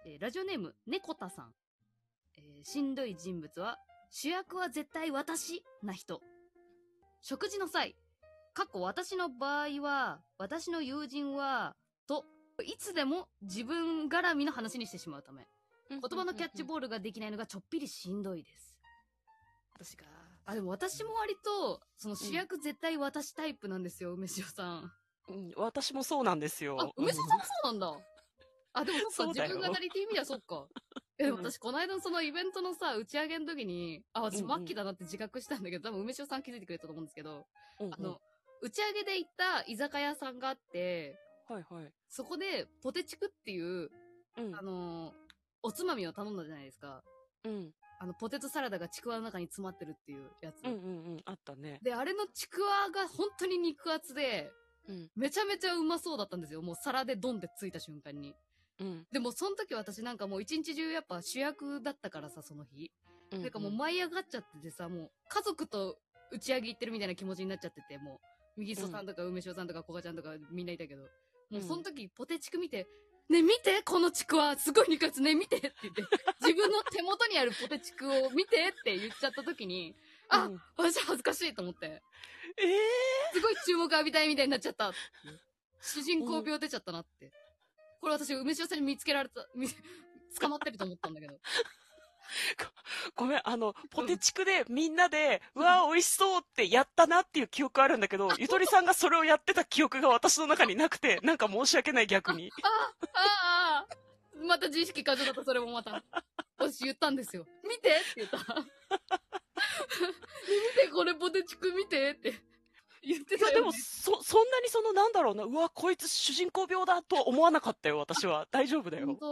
ラジオネーム、猫田さん。しんどい人物は、主役は絶対私な人。食事の際、私の場合は、私の友人は、と、いつでも自分絡みの話にしてしまうため、言葉のキャッチボールができないのがちょっぴりしんどいです。私か。でも私も割と、その主役絶対私タイプなんですよ、梅塩さん。 私もそうなんですよ。 梅塩さんもそうなんだ。でもそっか、自分語りって意味ではそっか。でも私、この間のそのイベントのさ、打ち上げの時に、私、末期だなって自覚したんだけど、多分梅塩さん気づいてくれたと思うんですけど、打ち上げで行った居酒屋さんがあって、 はいはい。 そこで、ポテチクっていう、おつまみを頼んだじゃないですか。ポテトサラダがちくわの中に詰まってるっていうやつ。 あったね。 で、あれのちくわが本当に肉厚で、めちゃめちゃうまそうだったんですよ。もう皿でドンってついた瞬間に。でもその時私なんかもう一日中やっぱ主役だったからさ、その日。なんかもう舞い上がっちゃっててさ、もう家族と打ち上げ行ってるみたいな気持ちになっちゃってて、もう、右曽さんとか梅塩さんとかこがちゃんとかみんないたけど、もうその時ポテチク見て、ね、見てこのちくわすごい肉厚ね、見てって言って、自分の手元にあるポテチクを見てって言っちゃった時に、私恥ずかしいと思って。すごい注目浴びたいみたいになっちゃった。主人公病出ちゃったなって。これ私、梅塩さんに見つけられた、捕まってると思ったんだけど。 ごめん、ポテチクでみんなで、うわー美味しそうってやったなっていう記憶あるんだけど、ゆとりさんがそれをやってた記憶が私の中になくて、なんか申し訳ない逆に。 また自意識過剰だった、それもまた。私言ったんですよ。見てって言った。見て、これポテチク見てって言ってたよ、ね。 いや、でも、そんなになんだろうな、うわ、こいつ主人公病だとは思わなかったよ、私は。大丈夫だよ。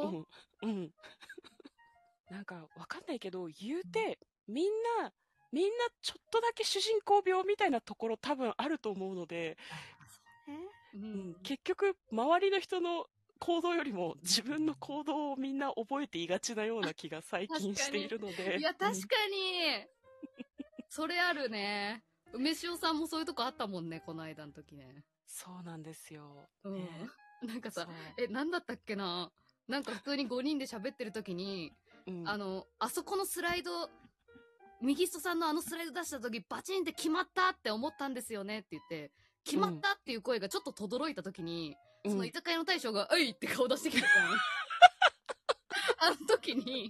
なんか、わかんないけど、言うて、みんなちょっとだけ主人公病みたいなところ多分あると思うので、結局、周りの人の行動よりも自分の行動をみんな覚えていがちなような気が最近しているので。 いや、確かに、それあるね。梅塩さんもそういうとこあったもんね、この間の時ね。 そうなんですよ。 なんかさ、なんだったっけな。なんか普通に5人で喋ってる時に、あそこのスライド、右裾さんのあのスライド出した時バチンって決まったって思ったんですよねって言って、決まったっていう声がちょっと轟いた時に、その居酒屋の大将が、おいって顔出してきたじゃん。あの時に、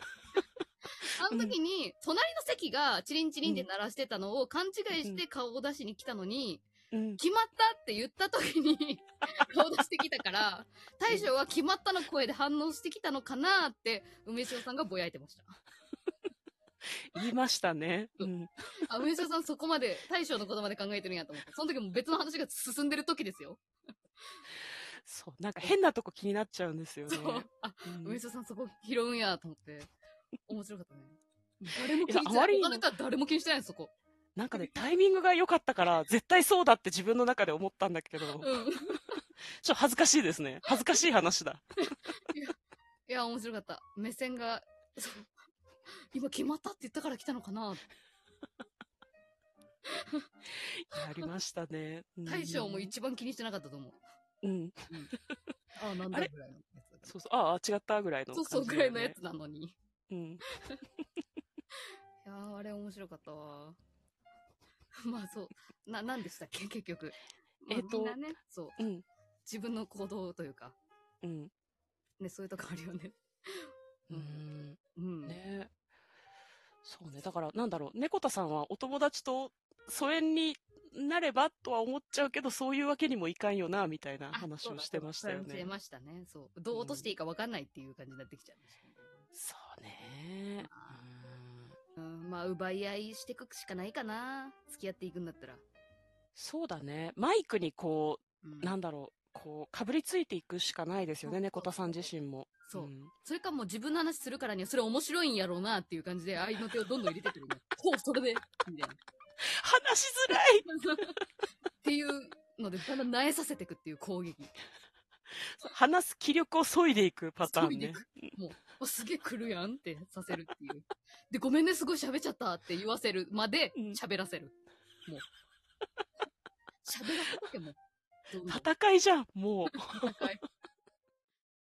隣の席がチリンチリンって鳴らしてたのを勘違いして顔を出しに来たのに、決まったって言った時に顔出してきたから、大将は決まったの声で反応してきたのかなって、梅塩さんがぼやいてました。 言いましたね。 梅塩さんそこまで、大将のことまで考えてるんやと思って。その時も別の話が進んでる時ですよ。 そう、なんか変なとこ気になっちゃうんですよね。そう。 梅塩さんそこ拾うんやと思って。面白かったね。誰も気にしてない。他の人は誰も気にしてない、そこ。 なんかね、タイミングが良かったから、絶対そうだって自分の中で思ったんだけど、ちょっと恥ずかしいですね。恥ずかしい話だ。 いや、面白かった。目線が、今決まったって言ったから来たのかなやりましたね。 大将も一番気にしてなかったと思う。なんだぐらいのやつ。 そうそう、違ったぐらいの感じ、 そう、ぐらいのやつなのに。 いやあれ面白かったわ。まあそう。なんでしたっけ、結局。みんなね、そう。自分の行動というか。ね、そういうとこあるよね。 ね。そうね。だから、なんだろう、猫田さんはお友達と疎遠になればとは思っちゃうけど、そういうわけにもいかんよな、みたいな話をしてましたよね。 してましたね。そう。どう落としていいか分かんないっていう感じになってきちゃうんですよね。 そうね。 まあ、奪い合いしていくしかないかな。付き合っていくんだったら。 そうだね。マイクになんだろう、かぶりついていくしかないですよね、猫田さん自身も。 そう。それかもう自分の話するからには、それ面白いんやろうなっていう感じで、愛の手をどんどん入れてくるね。それで、みたいな。 話しづらいっていうので、だんだん萎えさせていくっていう攻撃。 話す気力を削いでいくパターンね。 もう、すげえ来るやんってさせるっていう。で、ごめんね、すごい喋っちゃったって言わせるまで喋らせる。もう。喋らせとけも。 戦いじゃん、もう。 戦い。